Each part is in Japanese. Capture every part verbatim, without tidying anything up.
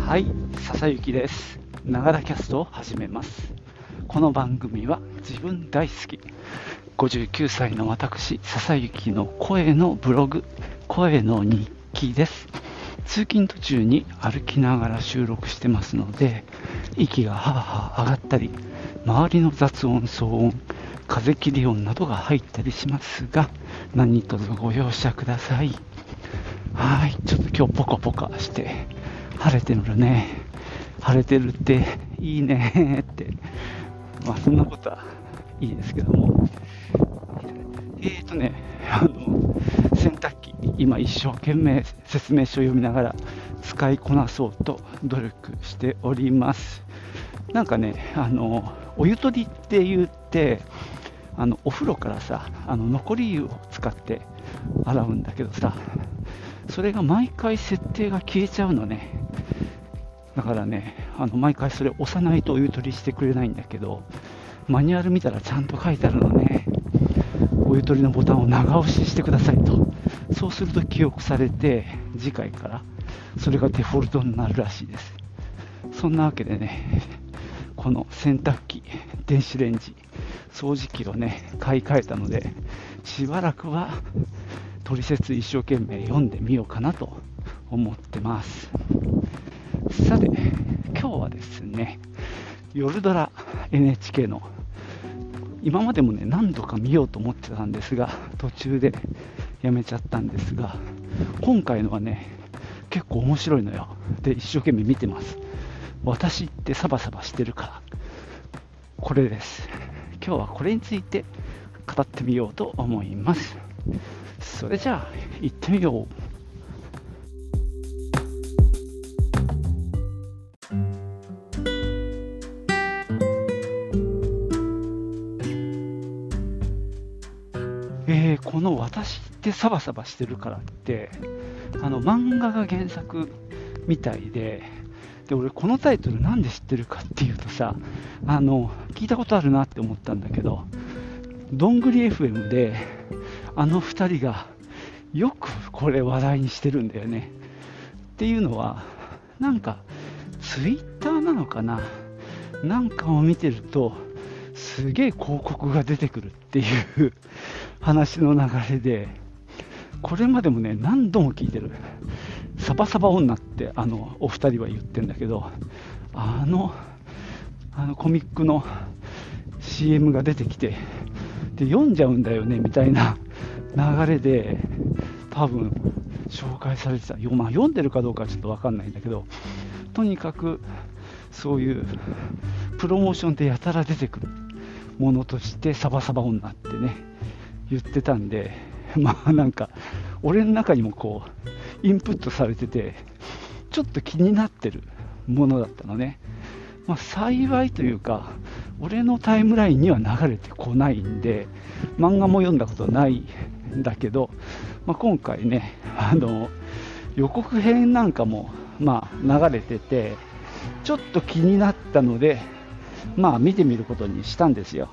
はい、笹雪です。ながらキャストを始めます。この番組は自分大好きごじゅうきゅうさいの私笹雪の声のブログ、声の日記です。通勤途中に歩きながら収録してますので、息がはぁはぁ上がったり、周りの雑音、騒音、風切り音などが入ったりしますが、何卒ご容赦ください。はい、ちょっと今日ポカポカして晴れてるね。晴れてるっていいねって、まあそんなことはいいですけども、えーとね、あの洗濯機、今一生懸命説明書を読みながら使いこなそうと努力しております。なんかね、あのお湯取りって言って、あのお風呂からさ、あの残り湯を使って洗うんだけどさ、それが毎回設定が消えちゃうのね。だからね、あの毎回それ押さないとお湯取りしてくれないんだけど、マニュアル見たらちゃんと書いてあるのね。お湯取りのボタンを長押ししてくださいと。そうすると記憶されて、次回からそれがデフォルトになるらしいです。そんなわけでね、この洗濯機、電子レンジ、掃除機をね買い替えたので、しばらくは取説一生懸命読んでみようかなと思ってます。さて、今日はですね、夜ドラ エヌエイチケー の、今までもね何度か見ようと思ってたんですが、途中でやめちゃったんですが、今回のはね結構面白いのよ。で、一生懸命見てます。私ってサバサバしてるから、これです。今日はこれについて語ってみようと思います。それじゃあ行ってみよう。えー、この私ってサバサバしてるからって、あの漫画が原作みたいで、で俺このタイトルなんで知ってるかっていうとさ、あの聞いたことあるなって思ったんだけど、どんぐり エフエム であのふたりがよくこれ話題にしてるんだよね。っていうのは、なんかツイッターなのかな、なんかを見てるとすげえ広告が出てくるっていう話の流れで、これまでもね何度も聞いてる。サバサバ女ってあのお二人は言ってんだけど、あのあのコミックの シーエム が出てきて、で読んじゃうんだよねみたいな流れで多分紹介されてたよ。まあ読んでるかどうかはちょっと分かんないんだけど、とにかくそういうプロモーションでやたら出てくるものとしてサバサバ女ってね言ってたんで、まあなんか俺の中にもこうインプットされてて、ちょっと気になってるものだったのね。まあ幸いというか、俺のタイムラインには流れてこないんで、漫画も読んだことないんだけど、まあ、今回ね、あの予告編なんかもまあ流れてて、ちょっと気になったので、まあ見てみることにしたんですよ。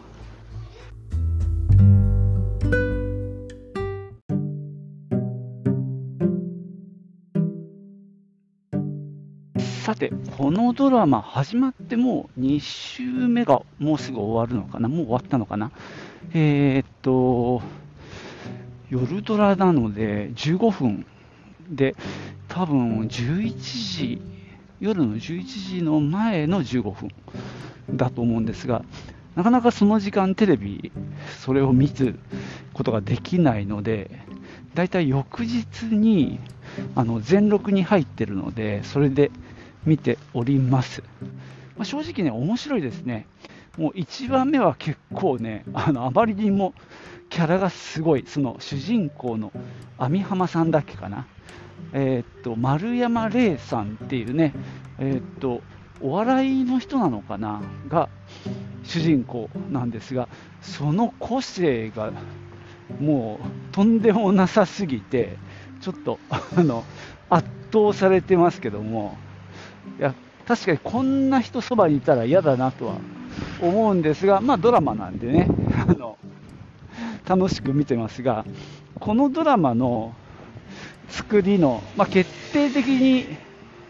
さて、このドラマ始まってもうに週目がもうすぐ終わるのかな、もう終わったのかな。えー、っと夜ドラなのでじゅうごふんで、多分じゅういちじ、夜のじゅういちじの前のじゅうごふんだと思うんですが、なかなかその時間テレビそれを見ることができないので、だいたい翌日にあの全録に入ってるので、それで見ております。まあ、正直ね面白いですね。もういちわめは結構ね、あのあまりにもキャラがすごい。その主人公の網浜さんだっけかな、えーっと丸山礼さんっていうね、えーっとお笑いの人なのかなが主人公なんですが、その個性がもうとんでもなさすぎて、ちょっとあの圧倒されてますけども、いや確かにこんな人そばにいたら嫌だなとは思うんですが、まあドラマなんでね、あの楽しく見てますが、このドラマの作りの、まあ、決定的に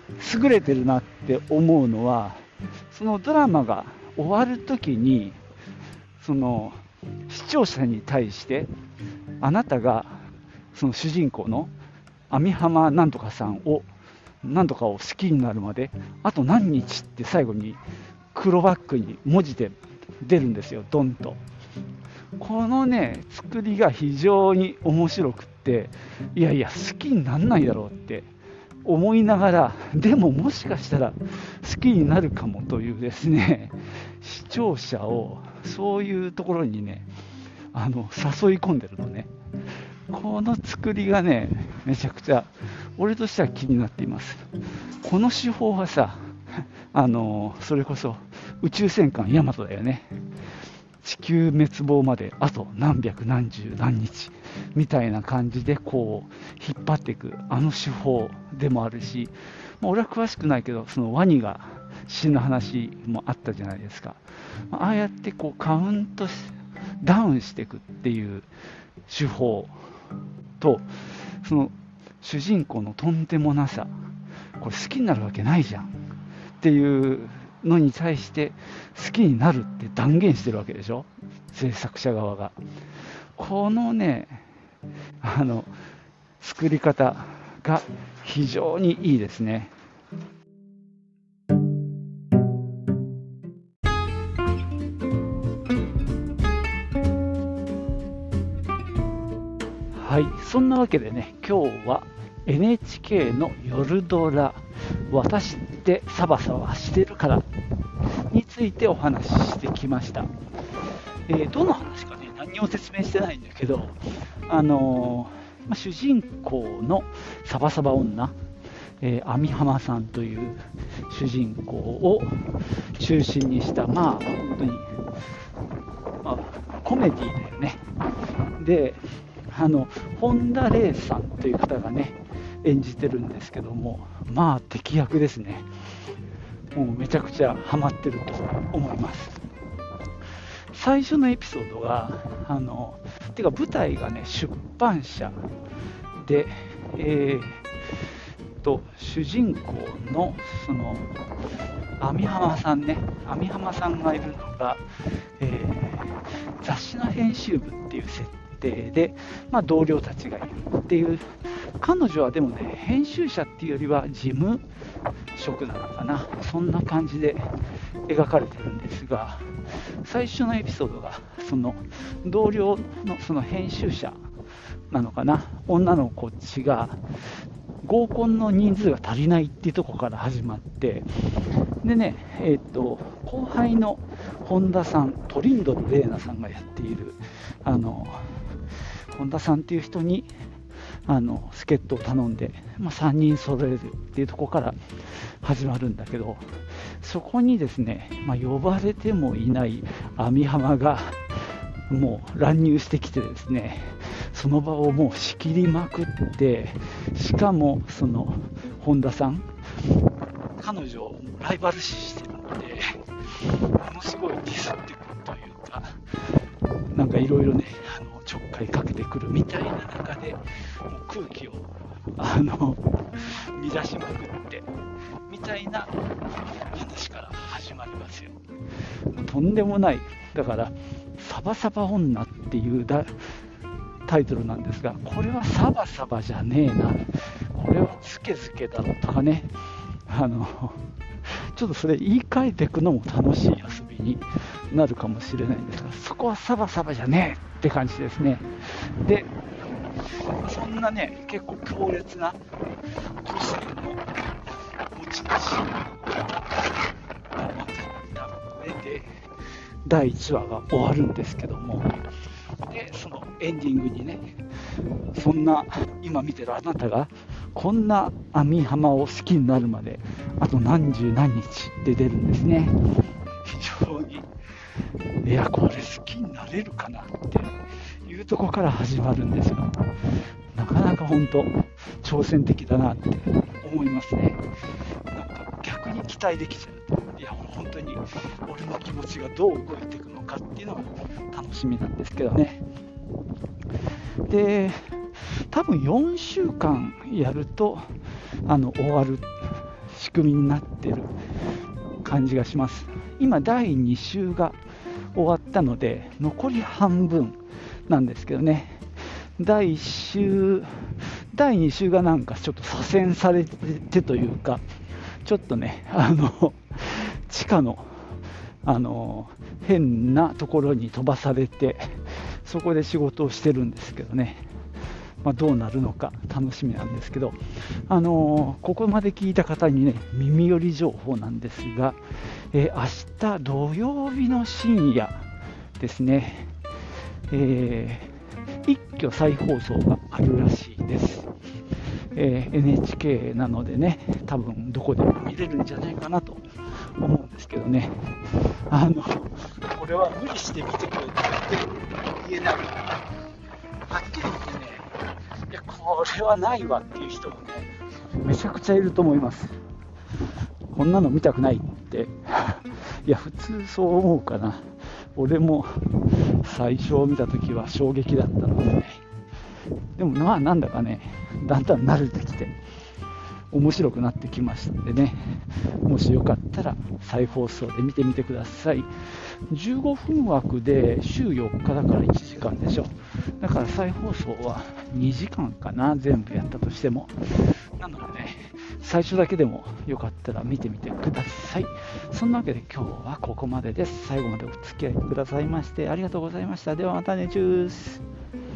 優れてるなって思うのは、そのドラマが終わるときにその視聴者に対して、あなたがその主人公の網浜なんとかさんをなんとかを好きになるまであと何日って最後に黒バックに文字で出るんですよ、ドンと。このね作りが非常に面白くって、いやいや好きにならないだろうって思いながら、でももしかしたら好きになるかもというですね、視聴者をそういうところにね、あの誘い込んでるのね。この作りがね、めちゃくちゃ俺としては気になっています。この手法はさ、あのそれこそ宇宙戦艦ヤマトだよね。地球滅亡まであと何百何十何日みたいな感じでこう引っ張っていくあの手法でもあるし、まあ、俺は詳しくないけど、そのワニが死ぬ話もあったじゃないですか。ああやってこうカウントダウンしていくっていう手法と、その主人公のとんでもなさ、これ好きになるわけないじゃんっていうのに対して好きになるって断言してるわけでしょ、制作者側が。このね、あの作り方が非常にいいですね。はい、そんなわけでね、今日は エヌエイチケー の夜ドラ私ってサバサバしてるからについてお話ししてきました。えー、どの話かね、何も説明してないんだけど、あのーまあ、主人公のサバサバ女、えー、網浜さんという主人公を中心にした、まあ本当に、まあ、コメディだよね。で、あの本田玲さんという方がね演じてるんですけども、まあ敵役ですね。もうめちゃくちゃハマってると思います。最初のエピソードがあのてか舞台がね出版社で、えー、と主人公のその網浜さんね、網浜さんがいるのが、えー、雑誌の編集部っていう設定で、まあ、同僚たちがいるっていう。彼女はでもね編集者っていうよりは事務職なのかな、そんな感じで描かれてるんですが、最初のエピソードがその同僚のその編集者なのかな、女の子っちが合コンの人数が足りないっていうところから始まって、でね、えー、と後輩の本田さん、トリンドル玲奈さんがやっているあの本田さんっていう人にあの助っ人を頼んで、まあ、さんにん揃えるっていうところから始まるんだけど、そこにですね、まあ、呼ばれてもいない網浜がもう乱入してきてですね、その場をもう仕切りまくって、しかもその本田さん、彼女をライバル視してるので、ものすごいディスってくるというか、なんかいろいろね、あのちょっかいかけてくるみたいな中で、もう空気をあの乱しまくってみたいな話から始まりますよ。とんでもない、だからサバサバ女っていうだタイトルなんですが、これはサバサバじゃねえな、これはズケズケだろとかね、あのちょっとそれ言い換えていくのも楽しい遊びになるかもしれないんですが、そこはサバサバじゃねえって感じですね。で、そんなね結構強烈な個性の持ち主が分かった上でだいいちわが終わるんですけども、でそのエンディングにね、そんな今見てるあなたがこんな網浜を好きになるまであと何十何日って出るんですね。非常に、いやこれ好きになれるかなっていうところから始まるんですよ。なかなか本当挑戦的だなって思いますね。なんか逆に期待できちゃうと、いや本当に俺の気持ちがどう動いていくのかっていうのが楽しみなんですけどね。で多分よんしゅうかんやるとあの終わる仕組みになってる感じがします。今だいに週が終わったので残り半分なんですけどね、だいいち週だいに週がなんかちょっと左遷されてというか、ちょっとねあの地下のあの変なところに飛ばされて、そこで仕事をしてるんですけどね、まあ、どうなるのか楽しみなんですけど、あのここまで聞いた方にね耳寄り情報なんですが、えー、明日土曜日の深夜ですね、えー、一挙再放送があるらしいです。えー、エヌエイチケー なのでね、多分どこでも見れるんじゃないかなと思うんですけどね、あのこれは無理して見てくれって言えない、はっきり言ってね、いやこれはないわっていう人もねめちゃくちゃいると思います。こんなの見たくないっていや普通そう思うかな。俺も最初見た時は衝撃だったのでね、でもまあなんだかねだんだん慣れてきて面白くなってきましたんでね、もしよかったら再放送で見てみてください。じゅうごふん枠で週よっかだからいちじかんでしょ。だから再放送はにじかんかな、全部やったとしても。なのでね、最初だけでもよかったら見てみてください。そんなわけで今日はここまでです。最後までお付き合いくださいましてありがとうございました。ではまたね、チュース。